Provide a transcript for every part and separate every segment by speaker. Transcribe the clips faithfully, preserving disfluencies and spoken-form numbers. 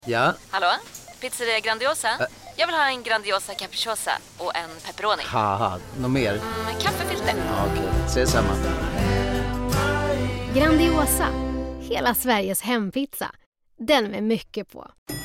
Speaker 1: Ja?
Speaker 2: Hallå? Pizzeria Grandiosa? Ä- Jag vill ha en Grandiosa capriciosa och en pepperoni.
Speaker 1: Haha, något mer?
Speaker 2: Mm, kaffefilter.
Speaker 1: Ja, okej, okay. Ses samma.
Speaker 3: Grandiosa, hela Sveriges hempizza. Den med mycket på.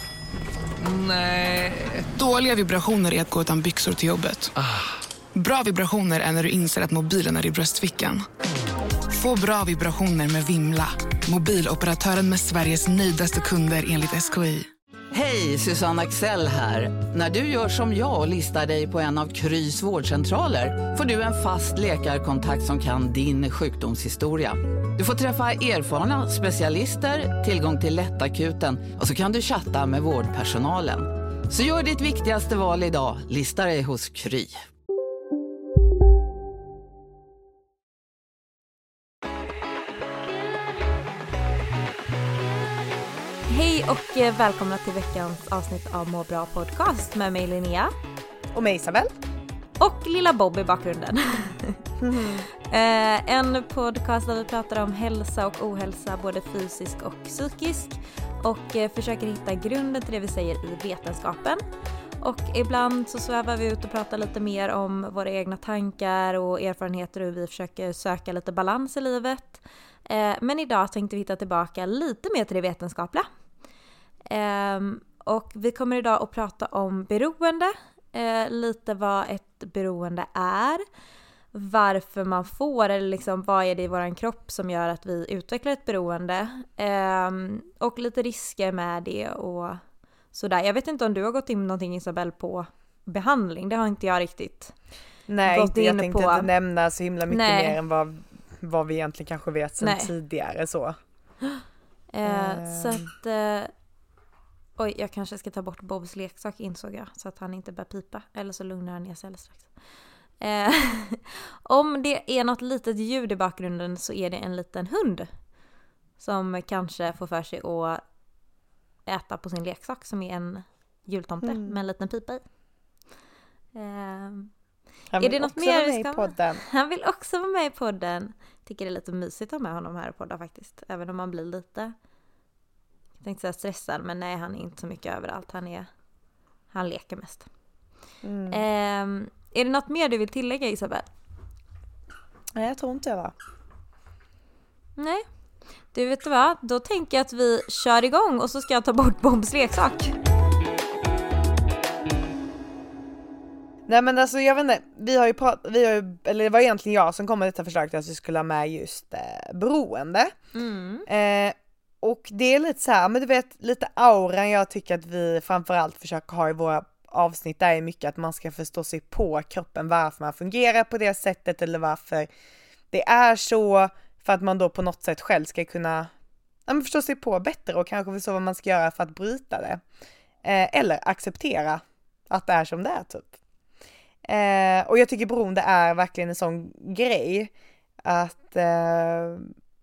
Speaker 4: Nej. Dåliga vibrationer är att gå utan byxor till jobbet.
Speaker 1: Ah.
Speaker 4: Bra vibrationer är när du inser att mobilen är i bröstfickan. Få bra vibrationer med Vimla. Mobiloperatören med Sveriges nöjdaste kunder enligt S K I.
Speaker 5: Hej, Susanne Axel här. När du gör som jag och listar dig på en av Krys vårdcentraler får du en fast läkarkontakt som kan din sjukdomshistoria. Du får träffa erfarna specialister, tillgång till lättakuten och så kan du chatta med vårdpersonalen. Så gör ditt viktigaste val idag, lista dig hos Kry.
Speaker 6: Hej och välkomna till veckans avsnitt av Må bra podcast med mig Linnea.
Speaker 7: Och mig Isabel.
Speaker 6: Och lilla Bob i bakgrunden. Mm. eh, en podcast där vi pratar om hälsa och ohälsa, både fysisk och psykisk. Och eh, försöker hitta grunden till det vi säger i vetenskapen. Och ibland så svävar vi ut och pratar lite mer om våra egna tankar och erfarenheter och hur vi försöker söka lite balans i livet. Eh, men idag tänkte vi hitta tillbaka lite mer till det vetenskapliga. Eh, och vi kommer idag att prata om beroende. Eh, lite vad ett beroende är. Varför man får, eller liksom vad är det i vår kropp som gör att vi utvecklar ett beroende. Eh, och lite risker med det och sådär. Jag vet inte om du har gått in någonting, Isabel, på behandling. Det har inte jag riktigt
Speaker 7: Nej,
Speaker 6: gått
Speaker 7: inte,
Speaker 6: in
Speaker 7: jag tänkte
Speaker 6: på.
Speaker 7: inte nämna så himla mycket
Speaker 6: Nej.
Speaker 7: mer än vad, vad vi egentligen kanske vet sedan
Speaker 6: Nej.
Speaker 7: tidigare. Så,
Speaker 6: Eh,
Speaker 7: Mm.
Speaker 6: så att... Eh, oj, jag kanske ska ta bort Bobs leksak, insåg jag. Så att han inte börjar pipa. Eller så lugnar han ner sig alldeles strax. Eh, om det är något litet ljud i bakgrunden så är det en liten hund. Som kanske får för sig att äta på sin leksak som är en jultomte
Speaker 7: Mm.
Speaker 6: med en liten pipa i. Eh,
Speaker 7: han
Speaker 6: är
Speaker 7: vill
Speaker 6: det något
Speaker 7: också
Speaker 6: mer
Speaker 7: vara
Speaker 6: du
Speaker 7: med i
Speaker 6: ska-
Speaker 7: podden.
Speaker 6: Han vill också vara med i podden. Tycker det är lite mysigt att ha med honom här i podden faktiskt. Även om man blir lite, jag tänkte säga stressad, men nej, han är inte så mycket överallt. Han är, han leker mest.
Speaker 7: Mm.
Speaker 6: Eh, är det något mer du vill tillägga, Isabel?
Speaker 7: Nej, jag tror inte jag var.
Speaker 6: Nej. Du, vet du vad? Då tänker jag att vi kör igång och så ska jag ta bort Bobs leksak.
Speaker 7: Nej, men alltså jag vet inte, vi har ju pratat, vi har ju, eller det var egentligen jag som kom med detta förslag till att vi skulle ha med just eh, beroende.
Speaker 6: Mm.
Speaker 7: Eh, och det är lite så här, men du vet, lite auran jag tycker att vi framförallt försöker ha i våra avsnitt där är mycket att man ska förstå sig på kroppen, varför man fungerar på det sättet eller varför det är så, för att man då på något sätt själv ska kunna ja, men förstå sig på bättre och kanske förstå vad man ska göra för att bryta det. Eh, eller acceptera att det är som det är typ. Eh, och jag tycker beroende är verkligen en sån grej att eh,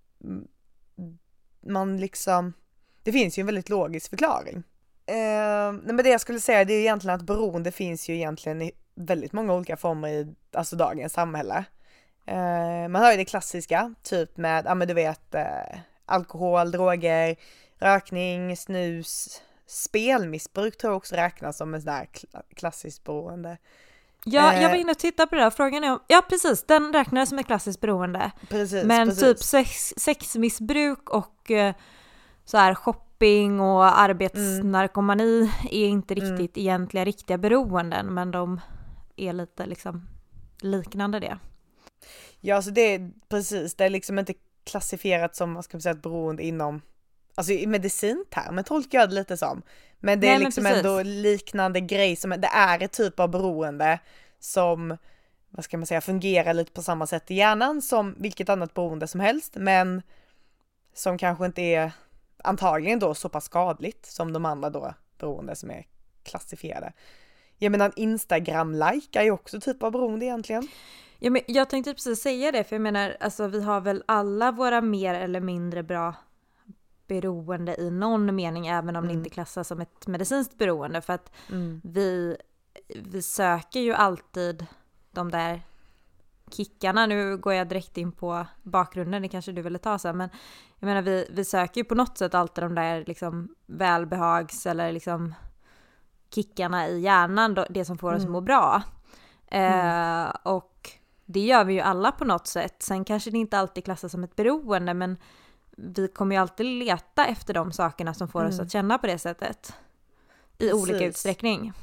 Speaker 7: man liksom, det finns ju en väldigt logisk förklaring. Eh, men det jag skulle säga det är egentligen att beroende finns ju egentligen i väldigt många olika former i alltså dagens samhälle. Eh, man har ju det klassiska, typ med, ja men du vet, eh, alkohol, droger, rökning, snus, spelmissbruk tror jag också räknas som en sån där klassiskt beroende.
Speaker 6: Ja,
Speaker 7: Eh.
Speaker 6: jag var inne och tittade på det här. Frågan är om, ja precis, den räknas som ett klassiskt beroende.
Speaker 7: Precis,
Speaker 6: Men
Speaker 7: precis.
Speaker 6: typ sex, sexmissbruk och eh, så här shopping och arbetsnarkomani mm. är inte riktigt mm. egentliga riktiga beroenden, men de är lite liksom liknande det.
Speaker 7: Ja, alltså det är precis, det är liksom inte klassifierat som, vad ska man säga, ett beroende inom, alltså i medicintermer tolkar jag det lite som. Men det är
Speaker 6: Nej,
Speaker 7: liksom
Speaker 6: precis.
Speaker 7: ändå liknande grej som, det är ett typ av beroende som, vad ska man säga, fungerar lite på samma sätt i hjärnan som vilket annat beroende som helst, men som kanske inte är antagligen då så pass skadligt som de andra då beroende som är klassifierade. Jag menar, en Instagram-like är ju också typ av beroende egentligen.
Speaker 6: Ja, men jag tänkte precis säga det, för jag menar, alltså vi har väl alla våra mer eller mindre bra beroende i någon mening, även om mm. det inte klassas som ett medicinskt beroende, för att mm. vi, vi söker ju alltid de där kickarna, nu går jag direkt in på bakgrunden, det kanske du ville ta sen, men jag menar vi, vi söker ju på något sätt alltid de där liksom välbehags eller liksom kickarna i hjärnan, då, det som får oss mm. att må bra. Mm. Eh, och det gör vi ju alla på något sätt. Sen kanske det inte alltid klassas som ett beroende, men vi kommer ju alltid leta efter de sakerna som får mm. oss att känna på det sättet. I Precis. olika utsträckning.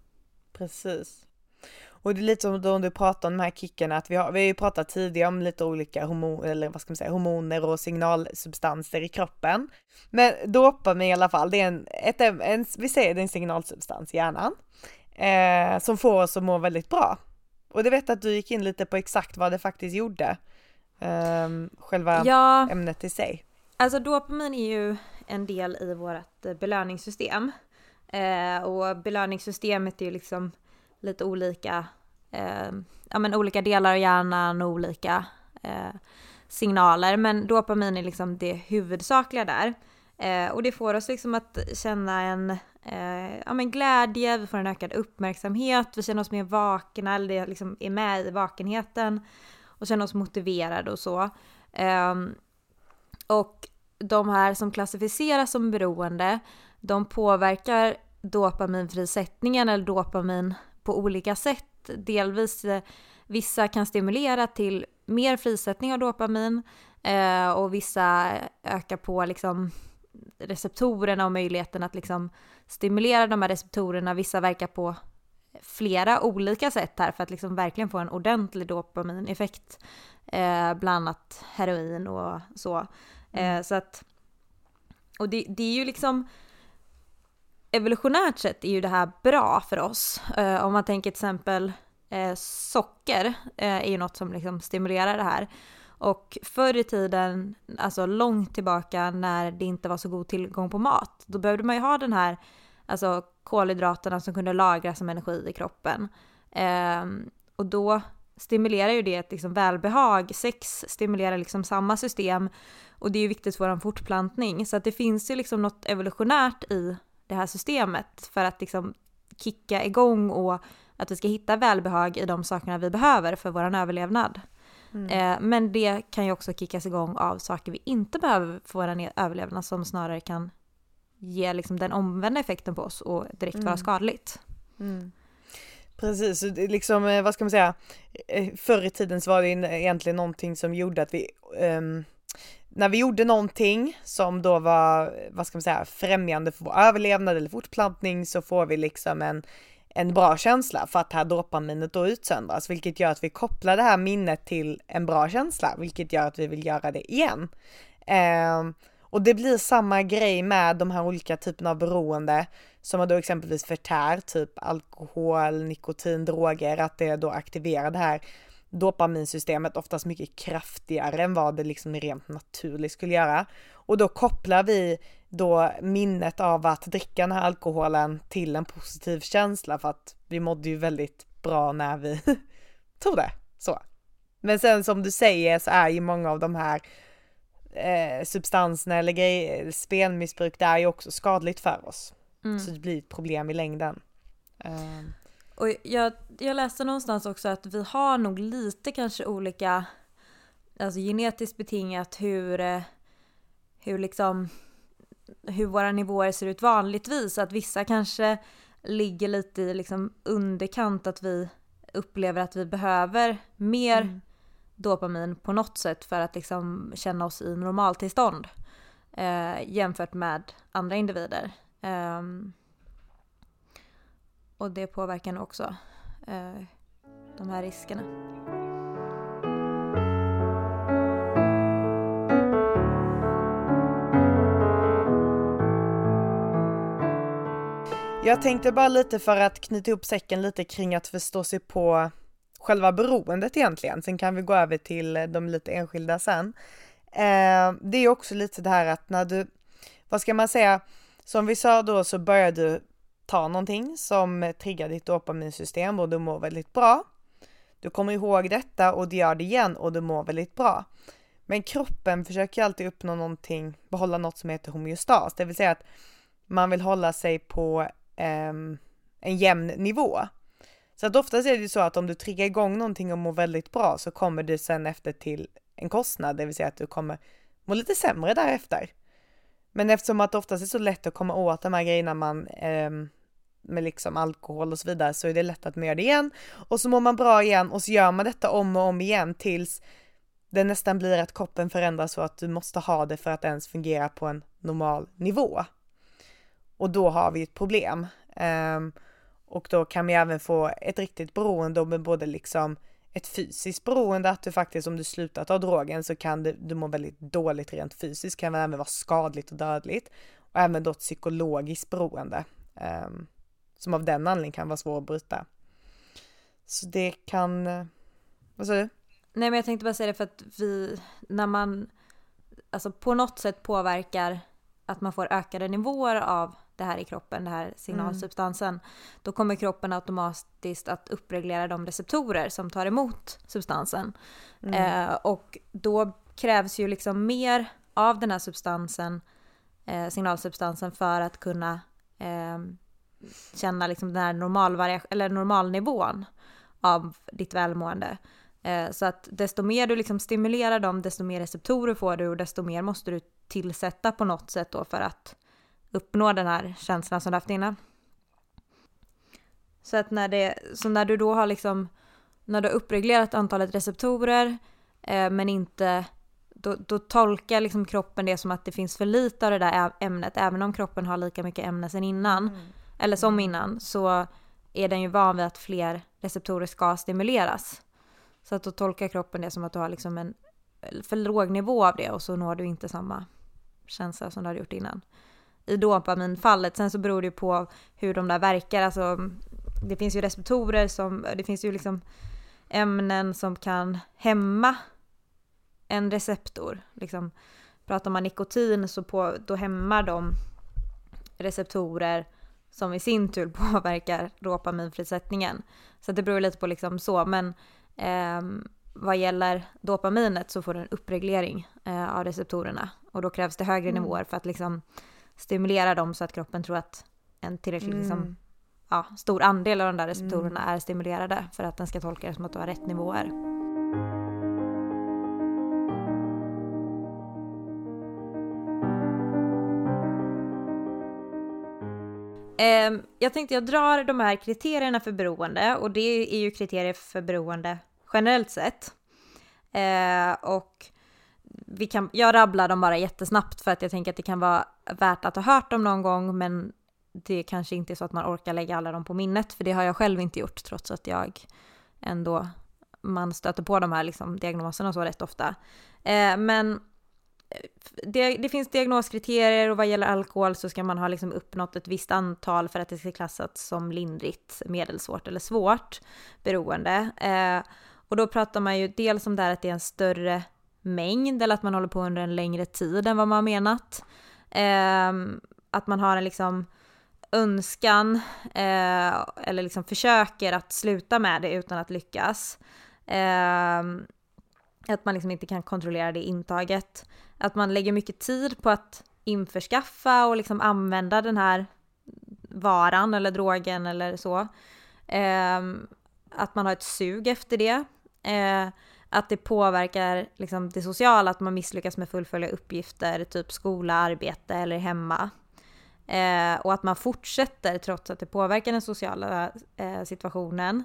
Speaker 7: Precis. Och det är lite som då du pratar om de här kickarna, att vi har, vi har ju pratat tidigare om lite olika hormon, eller vad ska man säga, hormoner och signalsubstanser i kroppen. Men dopamin i alla fall, det är en, ett, en vi säger det är en signalsubstans i hjärnan eh, som får oss att må väldigt bra. Och det vet att du gick in lite på exakt vad det faktiskt gjorde. Eh, själva ja, ämnet i sig.
Speaker 6: Alltså dopamin är ju en del i vårt belöningssystem. Eh, och belöningssystemet är ju liksom lite olika, eh, ja men olika delar av hjärnan och olika eh, signaler. Men dopamin är liksom det huvudsakliga där. Eh, och det får oss liksom att känna en eh, ja men glädje, vi får en ökad uppmärksamhet, vi känner oss mer vakna, eller det liksom är med i vakenheten och känner oss motiverade och så. Eh, och de här som klassificeras som beroende, de påverkar dopaminfrisättningen eller dopamin på olika sätt. Delvis eh, vissa kan stimulera till mer frisättning av dopamin eh, och vissa ökar på liksom receptorerna och möjligheten att liksom stimulera de här receptorerna. Vissa verkar på flera olika sätt här för att liksom verkligen få en ordentlig dopamineffekt, eh, bland annat heroin och så. Mm. Eh, så att, och det, det är ju liksom evolutionärt sett är ju det här bra för oss. Eh, om man tänker till exempel eh, socker eh, är ju något som liksom stimulerar det här. Och förr i tiden, alltså långt tillbaka när det inte var så god tillgång på mat, då behövde man ju ha den här, alltså kolhydraterna som kunde lagras som energi i kroppen. Eh, och då stimulerar ju det ett liksom välbehag. Sex stimulerar liksom samma system och det är ju viktigt för vår fortplantning. Så att det finns ju liksom något evolutionärt i det här systemet för att liksom kicka igång och att vi ska hitta välbehag i de sakerna vi behöver för vår överlevnad. Mm. Eh, men det kan ju också kickas igång av saker vi inte behöver för vår överlevnad som snarare kan ge liksom den omvända effekten på oss och direkt mm. vara skadligt.
Speaker 7: Mm. Precis, liksom, vad ska man säga, förr i tiden så var det egentligen någonting som gjorde att vi, um, när vi gjorde någonting som då var, vad ska man säga, främjande för vår överlevnad eller fortplantning, så får vi liksom en, en bra känsla för att det här dopaminet då utsöndras, vilket gör att vi kopplar det här minnet till en bra känsla, vilket gör att vi vill göra det igen. Um, Och det blir samma grej med de här olika typerna av beroende som man då exempelvis förtär, typ alkohol, nikotin, droger, att det då aktiverar det här dopaminsystemet oftast mycket kraftigare än vad det liksom rent naturligt skulle göra. Och då kopplar vi då minnet av att dricka den här alkoholen till en positiv känsla för att vi mådde ju väldigt bra när vi tog det. Så. Men sen som du säger så är ju många av de här Eh, substanserna eller grejer, spelmissbruk, det är ju också skadligt för oss. Mm. Så det blir ett problem i längden. Eh.
Speaker 6: Och jag, jag läste någonstans också att vi har nog lite kanske olika, alltså genetiskt betingat hur, hur liksom hur våra nivåer ser ut vanligtvis. Att vissa kanske ligger lite i liksom underkant, att vi upplever att vi behöver mer mm. dopamin på något sätt för att liksom känna oss i normaltillstånd eh, jämfört med andra individer. Eh, och det påverkar nog också eh, de här riskerna.
Speaker 7: Jag tänkte bara lite för att knyta upp säcken lite kring att förstå sig på själva beroendet egentligen. Sen kan vi gå över till de lite enskilda sen. Eh, det är också lite det här att när du, vad ska man säga, som vi sa då, så börjar du ta någonting som triggar ditt dopaminsystem och du mår väldigt bra. Du kommer ihåg detta och du gör det igen och du mår väldigt bra. Men kroppen försöker alltid uppnå någonting, behålla något som heter homeostas. Det vill säga att man vill hålla sig på eh, en jämn nivå. Så att oftast är det ju så att om du triggar igång någonting och mår väldigt bra så kommer det sen efter till en kostnad, det vill säga att du kommer må lite sämre därefter. Men eftersom att det oftast är så lätt att komma åt de här grejerna man, eh, med liksom alkohol och så vidare, så är det lätt att man gör det igen. Och så mår man bra igen och så gör man detta om och om igen tills det nästan blir att kroppen förändras så att du måste ha det för att ens fungera på en normal nivå. Och då har vi ett problem. Eh, och då kan vi även få ett riktigt beroende med både liksom ett fysiskt beroende, att du faktiskt om du slutar ta drogen så kan du, du må väldigt dåligt rent fysiskt, kan även vara skadligt och dödligt. Och även då ett psykologiskt beroende um, som av den anledningen kan vara svår att bryta. Så det kan, uh, vad säger du?
Speaker 6: Nej, men jag tänkte bara säga det för att vi, när man alltså på något sätt påverkar att man får ökade nivåer av det här i kroppen, den här signalsubstansen, mm. då kommer kroppen automatiskt att uppreglera de receptorer som tar emot substansen. Mm. Eh, och då krävs ju liksom mer av den här substansen, eh, signalsubstansen, för att kunna eh, känna liksom den här normalvaria- eller normalnivån av ditt välmående. Eh, så att desto mer du liksom stimulerar dem, desto mer receptorer får du och desto mer måste du tillsätta på något sätt då för att uppnå den här känslan som du haft innan. Så att när det, så när du då har liksom, när du har uppreglerat antalet receptorer eh, men inte, då, då tolkar liksom kroppen det som att det finns för lite av det där ämnet, även om kroppen har lika mycket ämne sen innan, mm. eller som innan, så är den ju van vid att fler receptorer ska stimuleras. Så att då tolkar kroppen det som att du har liksom en för låg nivå av det och så når du inte samma känsla som du hade gjort innan. I dopaminfallet, sen så beror det ju på hur de där verkar, alltså det finns ju receptorer som, det finns ju liksom ämnen som kan hämma en receptor, liksom pratar man nikotin så på, då hämmar de receptorer som i sin tur påverkar dopaminfrisättningen, så det beror lite på liksom så, men eh, vad gäller dopaminet så får du en uppreglering eh, av receptorerna och då krävs det högre mm. nivåer för att liksom stimulera dem så att kroppen tror att en tillräckligt mm. liksom, ja, stor andel av de där receptorerna mm. är stimulerade för att den ska tolka det som att du har rätt nivåer. Eh, jag tänkte jag drar de här kriterierna för beroende, och det är ju kriterier för beroende generellt sett. Eh, och vi kan, jag rabblar dem bara jättesnabbt för att jag tänker att det kan vara värt att ha hört dem någon gång, men det kanske inte är så att man orkar lägga alla dem på minnet, för det har jag själv inte gjort, trots att jag ändå, man stöter på de här liksom diagnoserna så rätt ofta. Eh, men det, det finns diagnoskriterier, och vad gäller alkohol så ska man ha liksom uppnått ett visst antal för att det ska klassas som lindrigt, medelsvårt eller svårt beroende. Eh, och då pratar man ju dels om det här att det är en större mängd, eller att man håller på under en längre tid än vad man har menat. Eh, att man har en liksom önskan eh, eller liksom försöker att sluta med det utan att lyckas. Eh, att man liksom inte kan kontrollera det intaget. Att man lägger mycket tid på att införskaffa och liksom använda den här varan eller drogen eller så. Eh, att man har ett sug efter det. Eh, att det påverkar liksom det sociala, att man misslyckas med fullfölja uppgifter, typ skola, arbete eller hemma. Eh, och att man fortsätter trots att det påverkar den sociala eh, situationen.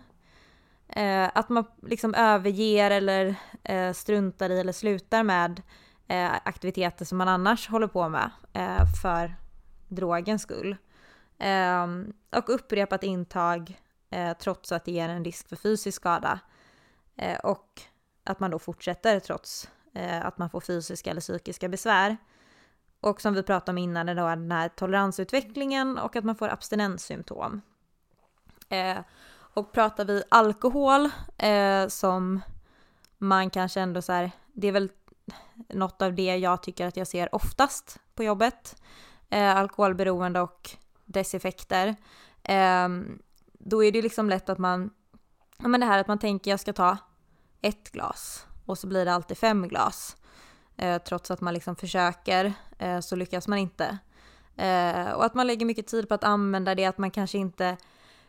Speaker 6: Eh, att man liksom överger eller eh, struntar i eller slutar med eh, aktiviteter som man annars håller på med eh, för drogens skull. Eh, och upprepat intag eh, trots att det ger en risk för fysisk skada. Eh, och att man då fortsätter trots eh, att man får fysiska eller psykiska besvär. Och som vi pratade om innan, då är den här toleransutvecklingen och att man får abstinenssymptom. Eh, och pratar vi alkohol eh, som man kanske ändå så här, det är väl något av det jag tycker att jag ser oftast på jobbet. Eh, alkoholberoende och dess effekter. Eh, då är det liksom lätt att man, ja men det här att man tänker jag ska ta ett glas och så blir det alltid fem glas. Eh, trots att man liksom försöker eh, så lyckas man inte. Eh, och att man lägger mycket tid på att använda det, att man kanske inte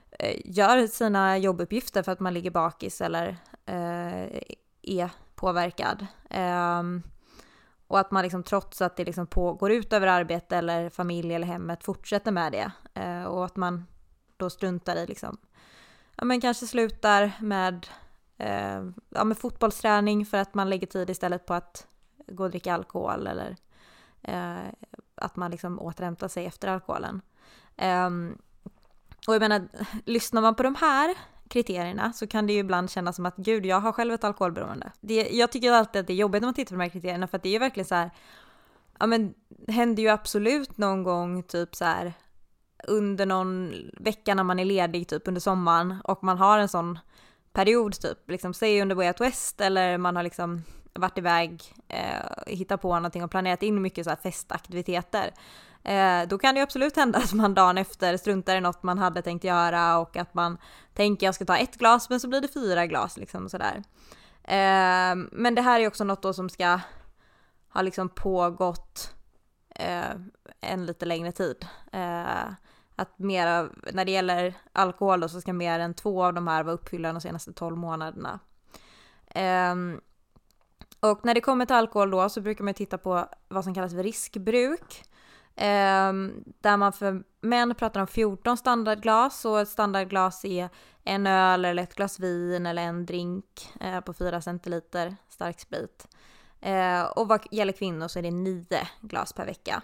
Speaker 6: eh, gör sina jobbuppgifter för att man ligger bakis eller eh, är påverkad. Eh, och att man liksom, trots att det liksom på, går ut över arbete eller familj eller hemmet, fortsätter med det. Eh, och att man då struntar i liksom, ja men kanske slutar med, eh, ja, med fotbollsträning för att man lägger tid istället på att gå och dricka alkohol, eller eh, att man liksom återhämtar sig efter alkoholen. Eh, och jag menar, lyssnar man på de här kriterierna så kan det ju ibland kännas som att gud, jag har själv ett alkoholberoende. Det, jag tycker alltid att det är jobbigt när man tittar på de här kriterierna, för att det är ju verkligen så här, ja men det händer ju absolut någon gång typ så här under någon vecka när man är ledig typ under sommaren och man har en sån period typ, liksom säg under Way Out West, eller man har liksom varit iväg, eh, hittat på någonting och planerat in mycket så här festaktiviteter. Eh, då kan det ju absolut hända att man dagen efter struntar i något man hade tänkt göra och att man tänker jag ska ta ett glas men så blir det fyra glas liksom sådär. Eh, men det här är också något då som ska ha liksom pågått eh, en lite längre tid. Eh, att mer av, när det gäller alkohol då, så ska mer än två av de här vara uppfyllda de senaste tolv månaderna. Eh, och när det kommer till alkohol då så brukar man titta på vad som kallas för riskbruk. Eh, där man för män pratar om fjorton standardglas, och ett standardglas är en öl eller ett glas vin eller en drink eh, på fyra centiliter stark sprit. Eh, och vad gäller kvinnor så är det nio glas per vecka.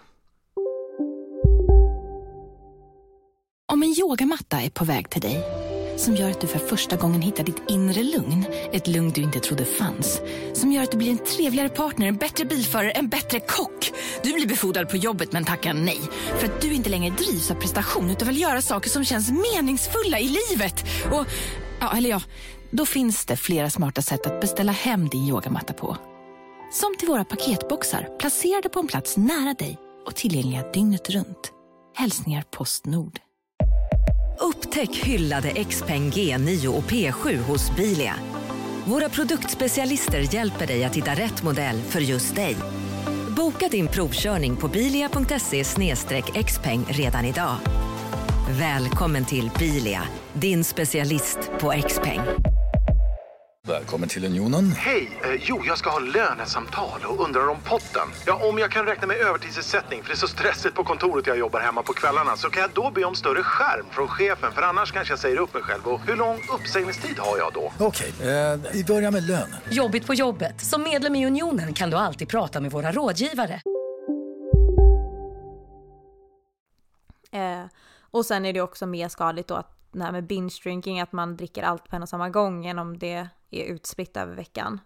Speaker 8: Om en yogamatta är på väg till dig, som gör att du för första gången hittar ditt inre lugn, ett lugn du inte trodde fanns, som gör att du blir en trevligare partner, en bättre bilförare, en bättre kock. Du blir befordrad på jobbet men tackar nej, för att du inte längre drivs av prestation utan vill göra saker som känns meningsfulla i livet. Och, ja, eller ja, då finns det flera smarta sätt att beställa hem din yogamatta på. Som till våra paketboxar, placerade på en plats nära dig och tillgängliga dygnet runt. Hälsningar Postnord.
Speaker 9: Upptäck hyllade Xpeng G nio och P sju hos Bilia. Våra produktspecialister hjälper dig att hitta rätt modell för just dig. Boka din provkörning på bilia punkt se slash xpeng redan idag. Välkommen till Bilia, din specialist på Xpeng.
Speaker 10: Välkommen till Unionen.
Speaker 11: Hej, eh, jo jag ska ha lönesamtal och undrar om potten. Ja, om jag kan räkna med övertidsersättning för det är så stressigt på kontoret jag jobbar hemma på kvällarna, så kan jag då be om större skärm från chefen, för annars kanske jag säger upp mig själv. Och hur lång uppsägningstid har jag då?
Speaker 10: Okej, eh, vi börjar med lön.
Speaker 12: Jobbigt på jobbet. Som medlem i Unionen kan du alltid prata med våra rådgivare.
Speaker 6: Eh, och sen är det också mer skadligt då att det här med binge drinking, att man dricker allt på en och samma gång än om det är utspritt över veckan.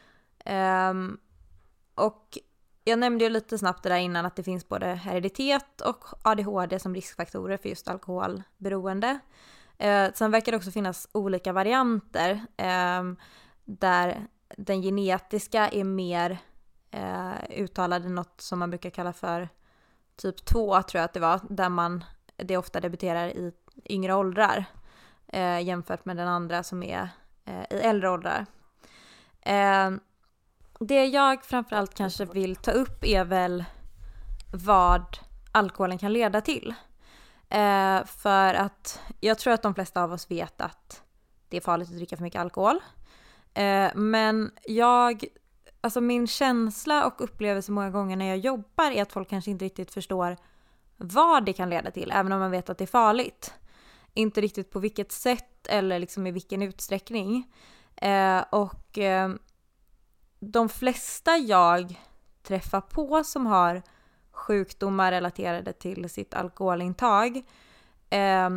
Speaker 6: Um, och jag nämnde ju lite snabbt det där innan att det finns både hereditet och A D H D som riskfaktorer för just alkoholberoende. Uh, sen verkar det också finnas olika varianter um, där den genetiska är mer uh, uttalad i något som man brukar kalla för typ två, tror jag att det var, där man det ofta debuterar i yngre åldrar eh, jämfört med den andra som är eh, i äldre åldrar. Eh, det jag framförallt kanske vill ta upp är väl vad alkoholen kan leda till. Eh, för att jag tror att de flesta av oss vet att det är farligt att dricka för mycket alkohol. Eh, men jag, alltså min känsla och upplevelse många gånger när jag jobbar är att folk kanske inte riktigt förstår vad det kan leda till, även om man vet att det är farligt. Inte riktigt på vilket sätt eller liksom i vilken utsträckning. Eh, och eh, de flesta jag träffar på som har sjukdomar relaterade till sitt alkoholintag eh,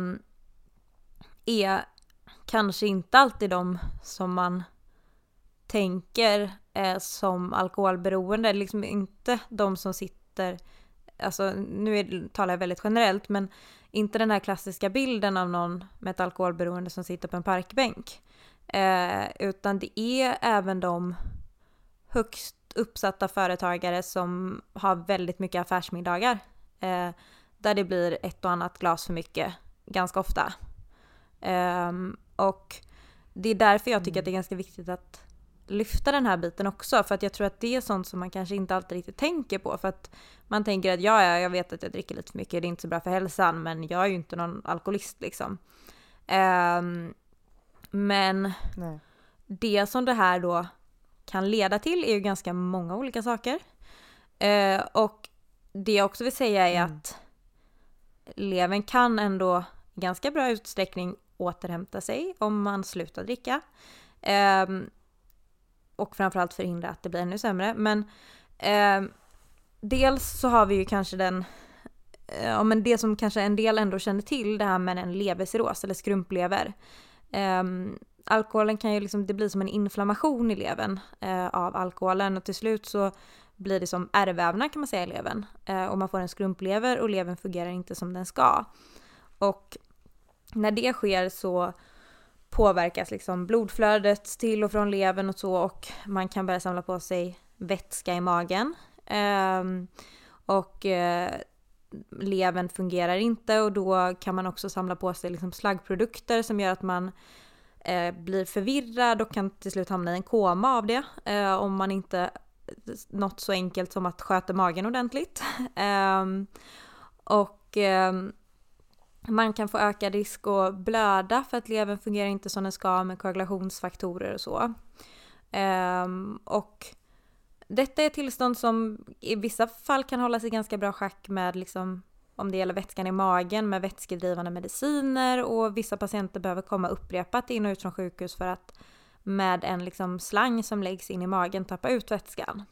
Speaker 6: är kanske inte alltid de som man tänker eh, som alkoholberoende. Liksom inte de som sitter, alltså nu är, talar jag väldigt generellt, men inte den här klassiska bilden av någon med ett alkoholberoende som sitter på en parkbänk. Eh, utan det är även de högst uppsatta företagare som har väldigt mycket affärsmiddagar. Eh, där det blir ett och annat glas för mycket ganska ofta. Eh, och det är därför jag tycker att det är ganska viktigt att lyfta den här biten också, för att jag tror att det är sånt som man kanske inte alltid riktigt tänker på, för att man tänker att ja, ja jag vet att jag dricker lite för mycket, det är inte så bra för hälsan, men jag är ju inte någon alkoholist liksom. Um, men
Speaker 7: Nej.
Speaker 6: det som det här då kan leda till är ju ganska många olika saker. Uh, och det jag också vill säga är mm. att levern kan ändå i ganska bra utsträckning återhämta sig om man slutar dricka. Um, och framförallt förhindra att det blir ännu sämre. Men um, dels så har vi ju kanske den, ja men det som kanske en del ändå känner till, det här med en levercirros eller skrumplever. Um, alkoholen kan ju liksom, det blir som en inflammation i levern uh, av alkoholen, och till slut så blir det som ärrvävnad kan man säga i levern. Uh, och man får en skrumplever och levern fungerar inte som den ska. Och när det sker så påverkas liksom blodflödet till och från levern och så, och man kan börja samla på sig vätska i magen. Um, och uh, levern fungerar inte, och då kan man också samla på sig liksom slaggprodukter som gör att man eh, blir förvirrad och kan till slut hamna i en koma av det, eh, om man inte något så enkelt som att sköta magen ordentligt. eh, och eh, man kan få ökad risk att blöda för att levern fungerar inte som den ska med koagulationsfaktorer och så. Eh, och detta är tillstånd som i vissa fall kan hålla sig ganska bra schack med, liksom, om det gäller vätskan i magen, med vätskedrivande mediciner, och vissa patienter behöver komma upprepat in och ut från sjukhus för att med en liksom slang som läggs in i magen tappa ut vätskan.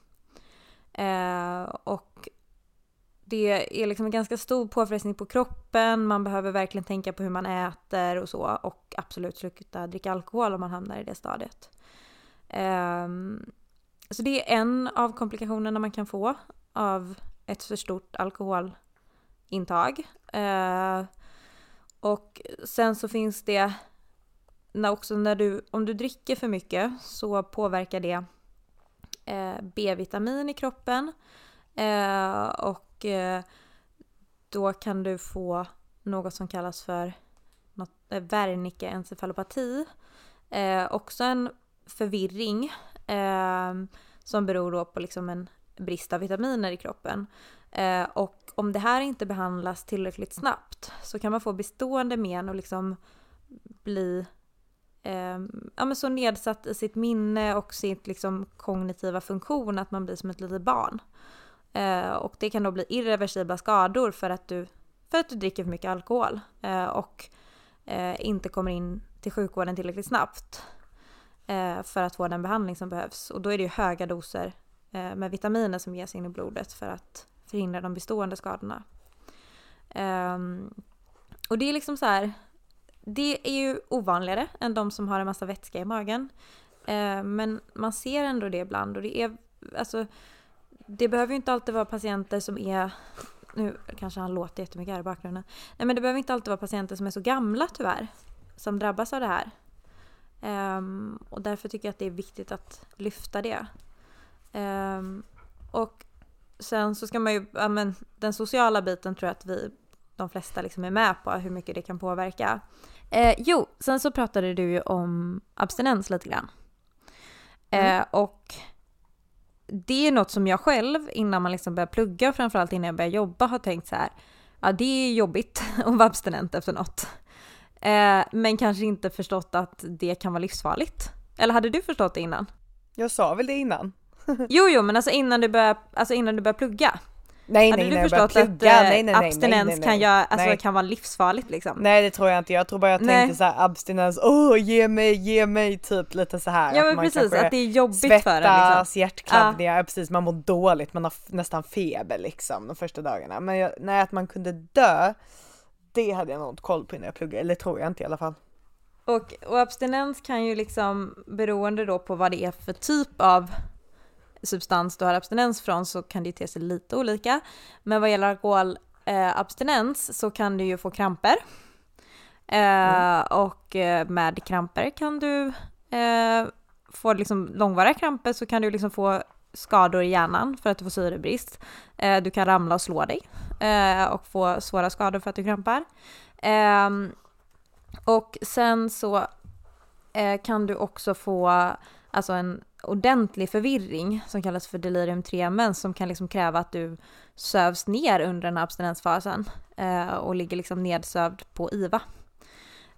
Speaker 6: Eh, och det är liksom en ganska stor påfrestning på kroppen, man behöver verkligen tänka på hur man äter och så, och absolut sluta dricka alkohol om man hamnar i det stadiet. Eh, Så det är en av komplikationerna man kan få av ett för stort alkoholintag. Eh, och sen så finns det när också när du, om du dricker för mycket så påverkar det eh, B-vitamin i kroppen. Eh, och eh, då kan du få något som kallas för något, eh, Wernicke-encefalopati. Eh, också en förvirring. Eh, som beror då på liksom en brist av vitaminer i kroppen. Eh, och om det här inte behandlas tillräckligt snabbt så kan man få bestående men och liksom bli eh, ja, men så nedsatt i sitt minne och sitt liksom kognitiva funktion att man blir som ett litet barn. Eh, och det kan då bli irreversibla skador för att du, för att du dricker för mycket alkohol eh, och eh, inte kommer in till sjukvården tillräckligt snabbt för att få den behandling som behövs. Och då är det ju höga doser med vitaminer som ges in i blodet för att förhindra de bestående skadorna. Um, och det är liksom så här, det är ju ovanligare än de som har en massa vätska i magen. Uh, men man ser ändå det ibland, och det är alltså, det behöver ju inte alltid vara patienter som är, nu kanske han låter jättemycket här i bakgrunden. Nej, men det behöver inte alltid vara patienter som är så gamla tyvärr som drabbas av det här. Um, och därför tycker jag att det är viktigt att lyfta det. Um, och sen så ska man ju, ja, men den sociala biten tror jag att vi, de flesta liksom är med på hur mycket det kan påverka. Uh, jo, sen så pratade du ju om abstinens lite grann. Mm. Uh, och det är något som jag själv innan man liksom börjar plugga och framförallt innan jag börjar jobba har tänkt så här, ja det är jobbigt att vara abstinent efter något. Eh, men kanske inte förstått att det kan vara livsfarligt. Eller hade du förstått det innan?
Speaker 7: Jag sa väl det innan.
Speaker 6: jo, jo, men alltså innan du börjar, alltså innan du börjar plugga.
Speaker 7: Nej,
Speaker 6: hade
Speaker 7: nej,
Speaker 6: du
Speaker 7: nej,
Speaker 6: förstått
Speaker 7: plugga.
Speaker 6: att eh,
Speaker 7: nej, nej, nej,
Speaker 6: abstinens
Speaker 7: nej, nej, nej.
Speaker 6: kan, göra, alltså,
Speaker 7: nej.
Speaker 6: kan vara livsfarligt liksom?
Speaker 7: Nej, det tror jag inte. Jag tror bara jag tänkte nej. så här, abstinens, åh, oh, ge mig, ge mig, typ lite så här.
Speaker 6: Ja, men
Speaker 7: att man
Speaker 6: precis, att det är jobbigt
Speaker 7: svettas,
Speaker 6: för en liksom.
Speaker 7: hjärtklappningar, ja. precis, man mår dåligt, man har f- nästan feber liksom de första dagarna. Men jag, nej, att man kunde dö, det hade jag nog inte koll på innan jag pluggade, eller tror jag inte i alla fall.
Speaker 6: Och, och abstinens kan ju liksom, beroende då på vad det är för typ av substans du har abstinens från, så kan det te sig lite olika. Men vad gäller alkoholabstinens eh, så kan du ju få kramper. Eh, mm. Och eh, med kramper kan du eh, få liksom långvariga kramper, så kan du liksom få skador i hjärnan för att du får syrebrist. Eh, du kan ramla och slå dig eh, och få svåra skador för att du krampar. Eh, och sen så eh, kan du också få alltså en ordentlig förvirring som kallas för delirium tremens, som kan liksom kräva att du sövs ner under den här abstinensfasen eh, och ligger liksom nedsövd på I V A.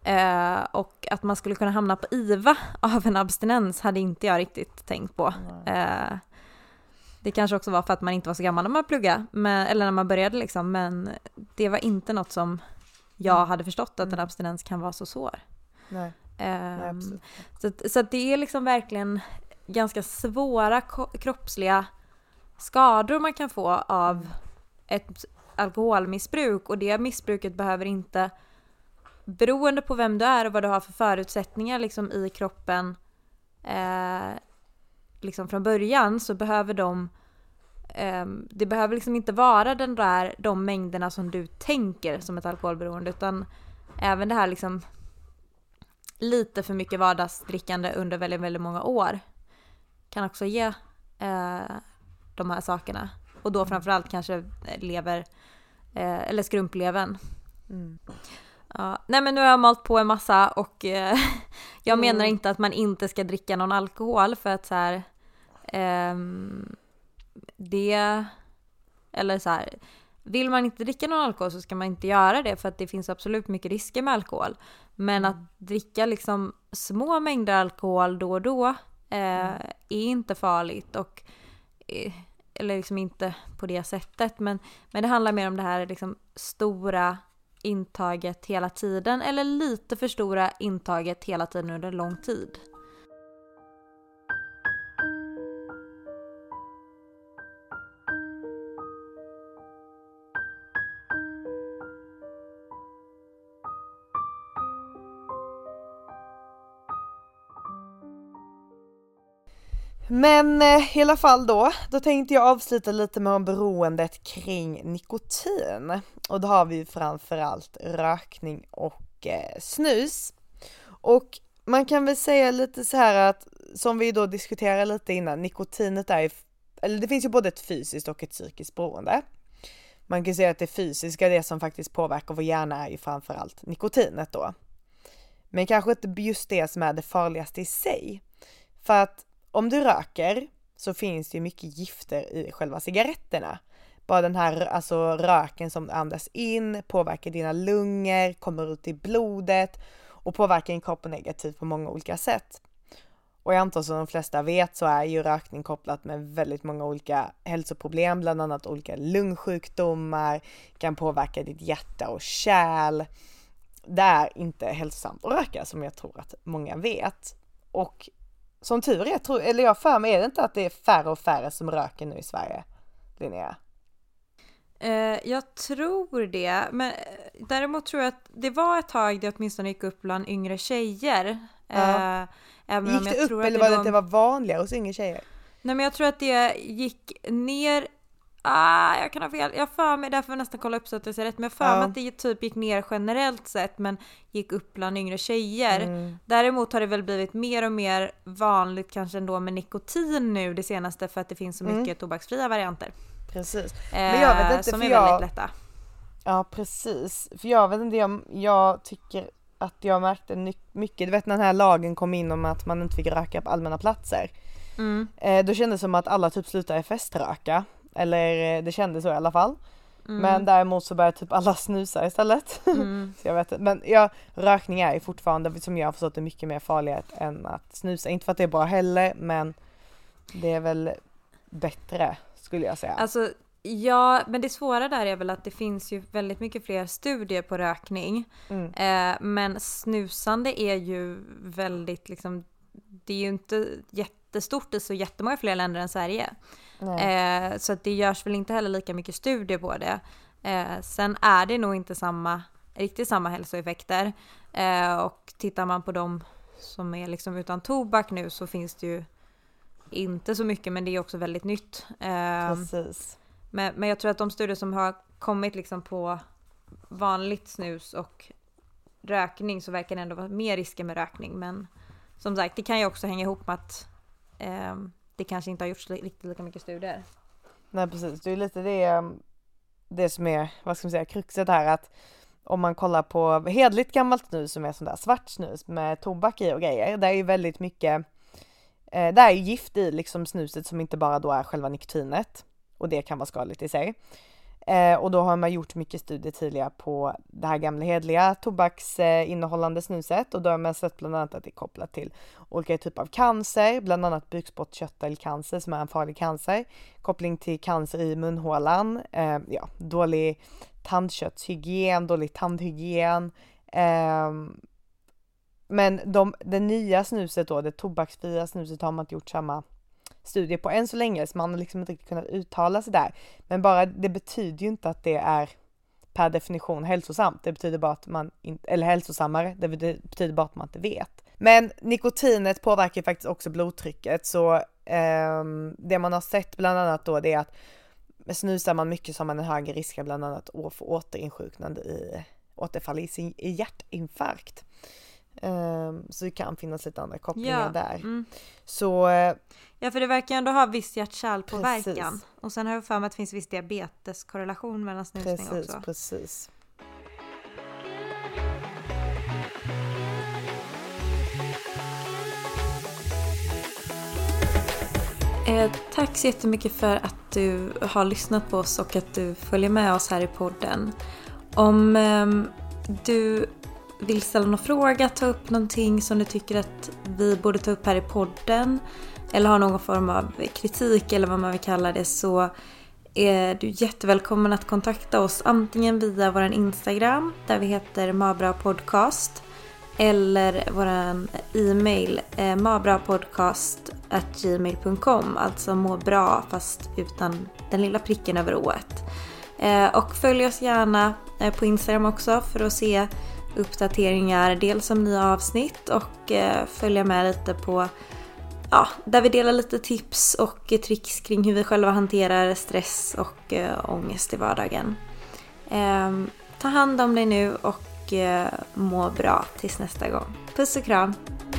Speaker 6: Eh, och att man skulle kunna hamna på I V A av en abstinens hade inte jag riktigt tänkt på. Eh, det kanske också var för att man inte var så gammal när man pluggade, men, eller när man började liksom, men det var inte något som jag hade förstått att en abstinens kan vara så svår.
Speaker 7: Nej.
Speaker 6: Eh,
Speaker 7: Nej, absolut.
Speaker 6: så, så att det är liksom verkligen ganska svåra ko- kroppsliga skador man kan få av ett alkoholmissbruk, och det missbruket behöver inte, beroende på vem du är och vad du har för förutsättningar liksom i kroppen eh, liksom från början, så behöver de eh, det behöver liksom inte vara den där, de mängderna som du tänker som ett alkoholberoende, utan även det här liksom lite för mycket vardagsdrickande under väldigt, väldigt många år kan också ge eh, de här sakerna. Och då framförallt kanske lever eh, eller skrumpleven. Mm. Ja. Nej, men nu har jag malt på en massa, och eh, jag mm. menar inte att man inte ska dricka någon alkohol, för att så här eh, det eller så här, vill man inte dricka någon alkohol så ska man inte göra det, för att det finns absolut mycket risker med alkohol. Men att dricka liksom små mängder alkohol då och då eh, mm. är inte farligt, och eh, eller liksom inte på det sättet, men, men det handlar mer om det här liksom stora intaget hela tiden, eller lite för stora intaget hela tiden under lång tid.
Speaker 7: Men eh, i alla fall då, då tänkte jag avsluta lite med om beroendet kring nikotin. Och då har vi ju framförallt rökning och eh, snus. Och man kan väl säga lite så här att, som vi då diskuterade lite innan, nikotinet är, eller det finns ju både ett fysiskt och ett psykiskt beroende. Man kan säga att det fysiska, det som faktiskt påverkar vår hjärna, är ju framförallt nikotinet då. Men kanske inte just det som är det farligaste i sig. För att om du röker så finns det ju mycket gifter i själva cigaretterna. Bara den här alltså röken som andas in påverkar dina lungor, kommer ut i blodet och påverkar din kropp negativt på många olika sätt. Och jag antar som de flesta vet så är ju rökning kopplat med väldigt många olika hälsoproblem, bland annat olika lungsjukdomar, kan påverka ditt hjärta och kärl. Det är inte hälsosamt att röka, som jag tror att många vet. Och som tur är, tror, eller jag för mig, är det inte att det är färre och färre som röker nu i Sverige, Linnea?
Speaker 6: Eh, jag tror det, men däremot tror jag att det var ett tag det åtminstone gick upp bland yngre tjejer.
Speaker 7: Ja.
Speaker 6: Eh, även
Speaker 7: gick
Speaker 6: om jag
Speaker 7: det upp
Speaker 6: tror
Speaker 7: eller
Speaker 6: att
Speaker 7: var
Speaker 6: det
Speaker 7: det att det var vanligare hos yngre tjejer?
Speaker 6: Nej, men jag tror att det gick ner. Ah, jag kan ha fel. Jag för mig, därför nästan kolla upp så att jag ser rätt. Men jag för mig ja. att det typ gick ner generellt sett, men gick upp bland yngre tjejer. Mm. Däremot har det väl blivit mer och mer vanligt kanske ändå med nikotin nu det senaste, för att det finns så mycket mm. tobaksfria varianter.
Speaker 7: Precis.
Speaker 6: Men jag vet inte, som för är jag... väldigt lätta.
Speaker 7: Ja, precis. För jag vet inte, jag, jag tycker att jag märkte mycket. Du vet när den här lagen kom in om att man inte fick röka på allmänna platser. Mm. Eh, då kändes det som att alla typ slutade feströka. Eller det kändes så i alla fall. Mm. Men däremot så började typ alla snusa istället. Mm. Så jag vet inte. Men ja, rökning är ju fortfarande, som jag har förstått, det mycket mer farligt än att snusa. Inte för att det är bra heller, men det är väl bättre, skulle jag säga.
Speaker 6: Alltså, ja, men det svåra där är väl att det finns ju väldigt mycket fler studier på rökning. Mm. Eh, men snusande är ju väldigt liksom, det är ju inte jättestort i så jättemånga fler länder än Sverige. Eh, så att det görs väl inte heller lika mycket studier på det. Eh, sen är det nog inte samma, riktigt samma hälsoeffekter. Eh, och tittar man på de som är liksom utan tobak nu, så finns det ju inte så mycket, men det är också väldigt nytt. Eh,
Speaker 7: Precis.
Speaker 6: Men, men jag tror att de studier som har kommit liksom på vanligt snus och rökning, så verkar det ändå vara mer risker med rökning. Men som sagt, det kan ju också hänga ihop med att eh, det kanske inte har gjorts riktigt lika mycket studier.
Speaker 7: Nej, precis. Det är lite det, det som är, vad ska man säga, kruxet här, att om man kollar på hedligt gammalt snus som är sån där svart snus med tobak i och grejer, det är ju väldigt mycket, eh, det är ju gift i liksom snuset som inte bara då är själva nikotinet, och det kan vara skadligt i sig. Eh, och då har man gjort mycket studier tidigare på det här gamla hedliga tobaksinnehållande snuset, och då har man sett bland annat att det är kopplat till olika typer av cancer, bland annat bukspottkörtelcancer som är en farlig cancer, koppling till cancer i munhålan, eh, ja, dålig tandköttshygien, dålig tandhygien. Eh, men de, det nya snuset då, det tobaksfria snuset, har man inte gjort samma studier på än så länge, så man har liksom inte riktigt kunnat uttala sig där. Men bara det betyder ju inte att det är per definition hälsosamt. Det betyder bara att man inte, eller hälsosammare, det betyder bara att man inte vet. Men nikotinet påverkar ju faktiskt också blodtrycket, så eh, det man har sett bland annat då, det är att snusar man mycket så har man en högre risk bland annat att få återinsjuknande i återfall i, sin, i hjärtinfarkt. Um, så det kan finnas lite andra kopplingar ja, där. Mm. Så,
Speaker 6: ja, för det verkar ändå ha viss hjärt-kärlpåverkan. Och sen har jag för mig att det finns viss diabeteskorrelation mellan snusning
Speaker 7: precis,
Speaker 6: också.
Speaker 7: Precis.
Speaker 6: Eh, tack så jättemycket för att du har lyssnat på oss och att du följer med oss här i podden. Om eh, du vill ställa någon fråga, ta upp någonting som du tycker att vi borde ta upp här i podden, eller har någon form av kritik eller vad man vill kalla det, så är du jättevälkommen att kontakta oss antingen via vår Instagram där vi heter Mabra Podcast, eller vår e-mail eh, mabrapodcast at gmail punkt com, alltså må bra fast utan den lilla pricken över ået. Eh, och följ oss gärna eh, på Instagram också för att se uppdateringar, dels om nya avsnitt, och eh, följa med lite på, ja, där vi delar lite tips och eh, tricks kring hur vi själva hanterar stress och eh, ångest i vardagen. Eh, ta hand om dig nu och eh, må bra tills nästa gång. Puss och kram!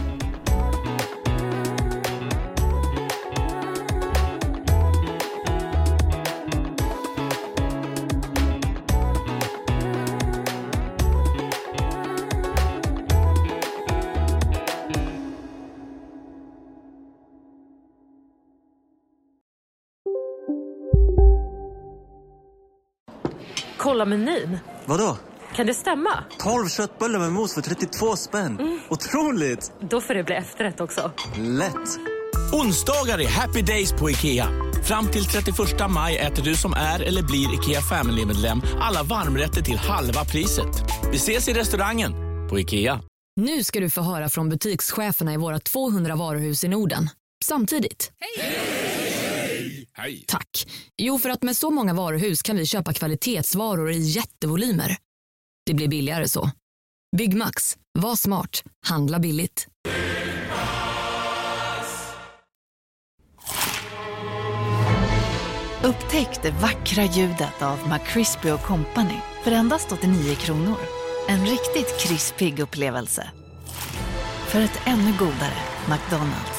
Speaker 13: Kolla menyn.
Speaker 14: Vadå?
Speaker 13: Kan det stämma?
Speaker 14: tolv köttbullar med mos för trettiotvå spänn. Mm. Otroligt!
Speaker 13: Då får det bli efterrätt också.
Speaker 14: Lätt!
Speaker 15: Onsdagar är happy days på IKEA. Fram till trettioförsta maj äter du som är eller blir IKEA Family-medlem alla varmrätter till halva priset. Vi ses i restaurangen på IKEA.
Speaker 16: Nu ska du få höra från butikscheferna i våra tvåhundra varuhus i Norden. Samtidigt. Hej! Hej! Hej! Tack. Jo, för att med så många varuhus kan vi köpa kvalitetsvaror i jättevolymer. Det blir billigare så. Byggmax. Var smart. Handla billigt.
Speaker 17: Upptäck det vackra ljudet av McCrispy och Company för endast åttionio kronor. En riktigt krispig upplevelse. För ett ännu godare McDonald's.